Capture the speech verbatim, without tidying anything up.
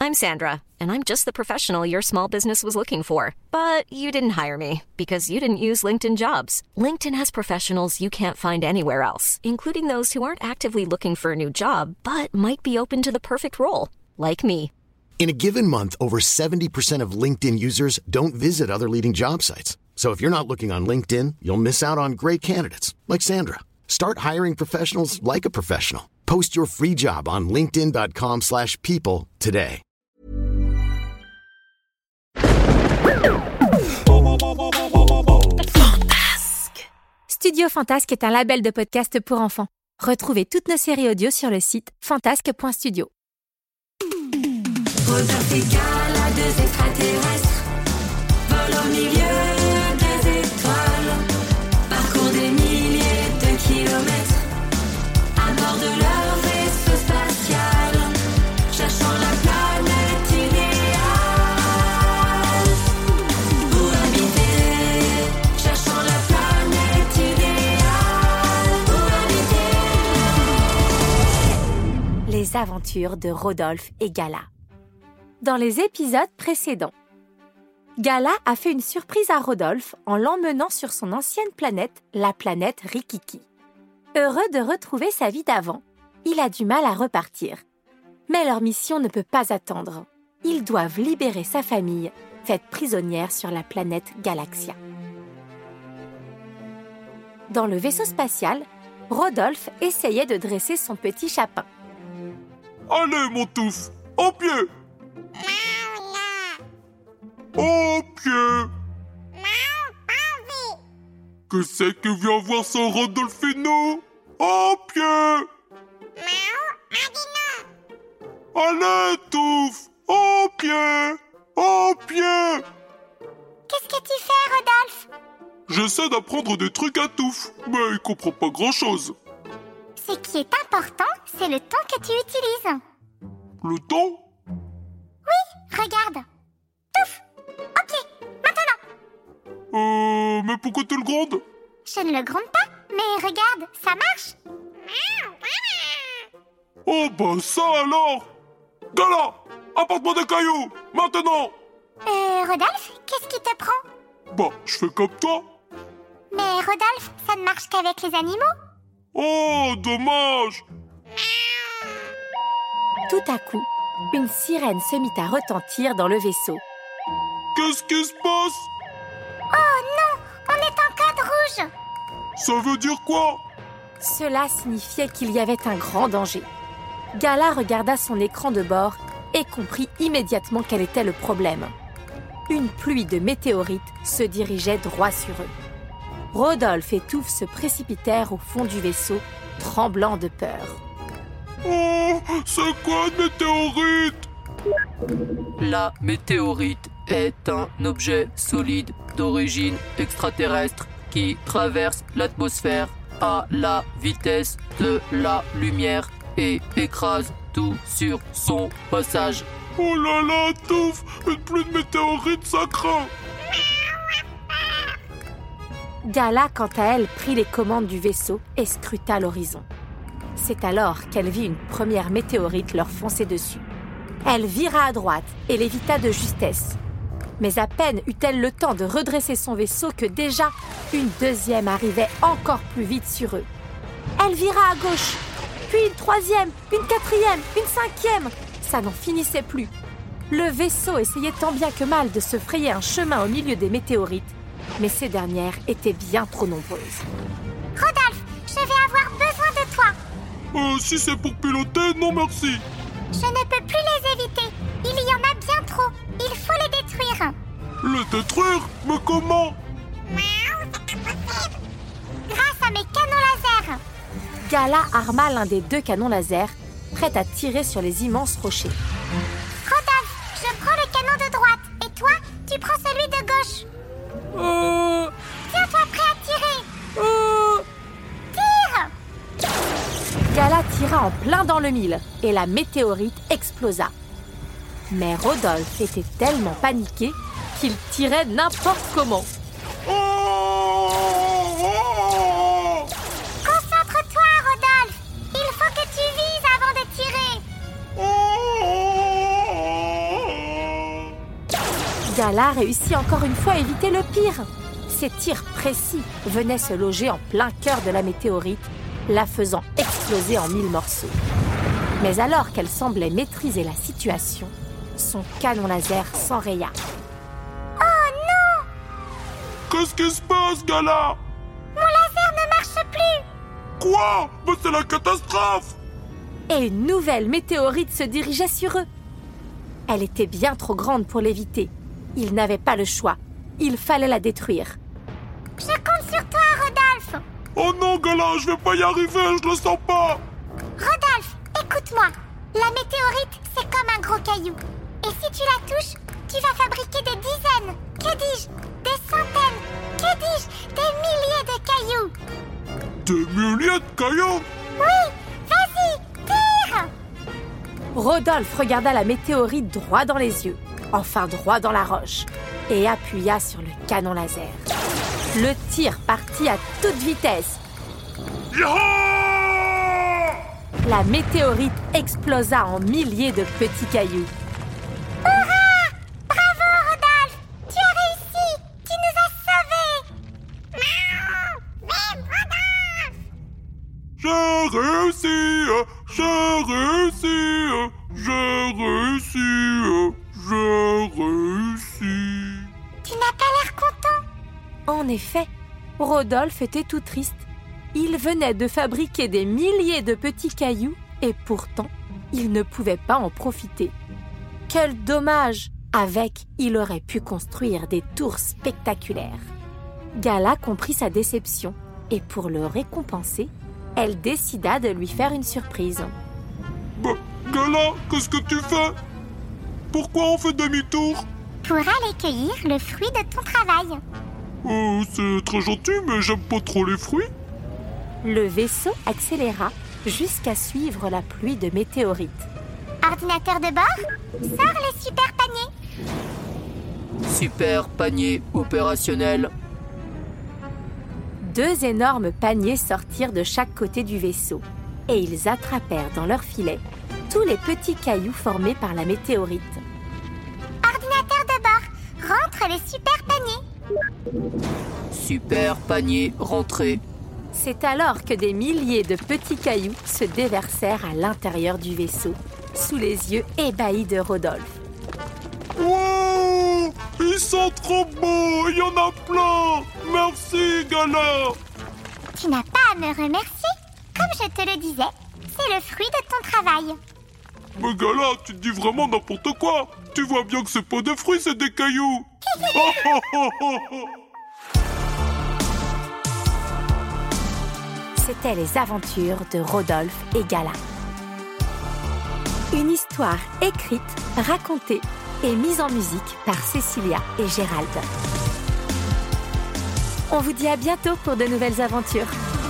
I'm Sandra, and I'm just the professional your small business was looking for. But you didn't hire me because you didn't use LinkedIn Jobs. LinkedIn has professionals you can't find anywhere else, including those who aren't actively looking for a new job, but might be open to the perfect role, like me. In a given month, over seventy percent of LinkedIn users don't visit other leading job sites. So if you're not looking on LinkedIn, you'll miss out on great candidates like Sandra. Start hiring professionals like a professional. Post your free job on linkedin.com slash people today. Fantasque. Studio Fantasque est un label de podcast pour enfants. Retrouvez toutes nos séries audio sur le site fantasque point studio. Rodolphe et Gala, deux extraterrestres, volent au milieu des étoiles, parcourent des milliers de kilomètres, à bord de leur vaisseau spatial, cherchant la planète idéale. Où habiter, cherchant la planète idéale. Où habiter. Les aventures de Rodolphe et Gala. Dans les épisodes précédents, Gala a fait une surprise à Rodolphe en l'emmenant sur son ancienne planète, la planète Rikiki. Heureux de retrouver sa vie d'avant, il a du mal à repartir. Mais leur mission ne peut pas attendre. Ils doivent libérer sa famille, faite prisonnière sur la planète Galaxia. Dans le vaisseau spatial, Rodolphe essayait de dresser son petit chapin. Allez, mon touffe, au pied! Au pied! Que c'est que vient voir son Rodolphino? Au pied! Allez, touffe! Au pied! Au pied! Qu'est-ce que tu fais, Rodolphe? J'essaie d'apprendre des trucs à touffe, mais il comprend pas grand-chose. Ce qui est important, c'est le temps que tu utilises. Le temps? Oui, regarde. Touffe! Au pied! Maintenant! Euh... Mais pourquoi tu le grondes? Je ne le gronde pas, mais regarde, ça marche. Oh bah ça alors! Gala! Apporte-moi des cailloux! Maintenant! Euh, Rodolphe, qu'est-ce qui te prend? Bah, je fais comme toi. Mais Rodolphe, ça ne marche qu'avec les animaux. Oh, dommage! Tout à coup, une sirène se mit à retentir dans le vaisseau. Qu'est-ce qui se passe? Oh non, on est en code rouge. Ça veut dire quoi? Cela signifiait qu'il y avait un grand danger. Gala regarda son écran de bord et comprit immédiatement quel était le problème. Une pluie de météorites se dirigeait droit sur eux. Rodolphe et Touffe se précipitèrent au fond du vaisseau, tremblant de peur. Oh, c'est quoi une météorite? La météorite est un objet solide d'origine extraterrestre qui traverse l'atmosphère à la vitesse de la lumière et écrase tout sur son passage. Oh là là, Touffe, une pluie de météorites, ça craint. Gala, quant à elle, prit les commandes du vaisseau et scruta l'horizon. C'est alors qu'elle vit une première météorite leur foncer dessus. Elle vira à droite et l'évita de justesse. Mais à peine eut-elle le temps de redresser son vaisseau que déjà une deuxième arrivait encore plus vite sur eux. Elle vira à gauche, puis une troisième, une quatrième, une cinquième. Ça n'en finissait plus. Le vaisseau essayait tant bien que mal de se frayer un chemin au milieu des météorites, mais ces dernières étaient bien trop nombreuses. Rodolphe, je vais avoir besoin de toi. Euh, si c'est pour piloter, non merci. Je ne peux plus les éviter. Il y en a bien trop. Il faut les détruire. Les détruire? Mais comment? Grâce à mes canons laser. Gala arma l'un des deux canons laser, prêt à tirer sur les immenses rochers. Rodolphe, je prends le canon de droite. Et toi, tu prends celui de gauche. Euh... Tiens-toi prêt à tirer. Euh... Tire. Gala tira en plein dans le mille et la météorite explosa. Mais Rodolphe était tellement paniqué qu'il tirait n'importe comment. Oh, oh. Concentre-toi, Rodolphe. Il faut que tu vises avant de tirer. Oh. Gala réussit encore une fois à éviter le pire. Ses tirs précis venaient se loger en plein cœur de la météorite, la faisant exploser en mille morceaux. Mais alors qu'elle semblait maîtriser la situation, son canon laser s'enraya. Oh non! Qu'est-ce qui se passe, Gala? Mon laser ne marche plus! Quoi? Mais c'est la catastrophe! Et une nouvelle météorite se dirigeait sur eux. Elle était bien trop grande pour l'éviter. Ils n'avaient pas le choix. Il fallait la détruire. Je compte sur toi, Rodolphe! Oh non, Gala, je vais pas y arriver, je le sens pas! Rodolphe, écoute-moi. La météorite, c'est comme un gros caillou. Et si tu la touches, tu vas fabriquer des dizaines, que dis-je, des centaines, que dis-je, des milliers de cailloux. Des milliers de cailloux? Oui, vas-y, tire! Rodolphe regarda la météorite droit dans les yeux, enfin droit dans la roche, et appuya sur le canon laser. Le tir partit à toute vitesse. Yahoo! La météorite explosa en milliers de petits cailloux. Hurrah! Bravo, Rodolphe! Tu as réussi! Tu nous as sauvés! Vive Rodolphe! J'ai réussi! J'ai réussi! J'ai réussi! J'ai réussi! Tu n'as pas l'air content! En effet, Rodolphe était tout triste. Il venait de fabriquer des milliers de petits cailloux et pourtant, il ne pouvait pas en profiter. Quel dommage! Avec, il aurait pu construire des tours spectaculaires. Gala comprit sa déception et pour le récompenser, elle décida de lui faire une surprise. Bah, Gala, qu'est-ce que tu fais? Pourquoi on fait demi-tour? Pour aller cueillir le fruit de ton travail. Oh, c'est très gentil, mais j'aime pas trop les fruits. Le vaisseau accéléra jusqu'à suivre la pluie de météorites. Ordinateur de bord, sors les super paniers. Super panier opérationnel. Deux énormes paniers sortirent de chaque côté du vaisseau et ils attrapèrent dans leur filet tous les petits cailloux formés par la météorite. Ordinateur de bord, rentre les super paniers. Super panier rentré. C'est alors que des milliers de petits cailloux se déversèrent à l'intérieur du vaisseau, sous les yeux ébahis de Rodolphe. Wow! Ils sont trop beaux! Il y en a plein! Merci, Gala! Tu n'as pas à me remercier. Comme je te le disais, c'est le fruit de ton travail. Mais Gala, tu te dis vraiment n'importe quoi! Tu vois bien que c'est pas des fruits, c'est des cailloux! Oh, oh, oh, oh, oh. C'étaient les aventures de Rodolphe et Gala. Une histoire écrite, racontée et mise en musique par Cécilia et Gérald. On vous dit à bientôt pour de nouvelles aventures.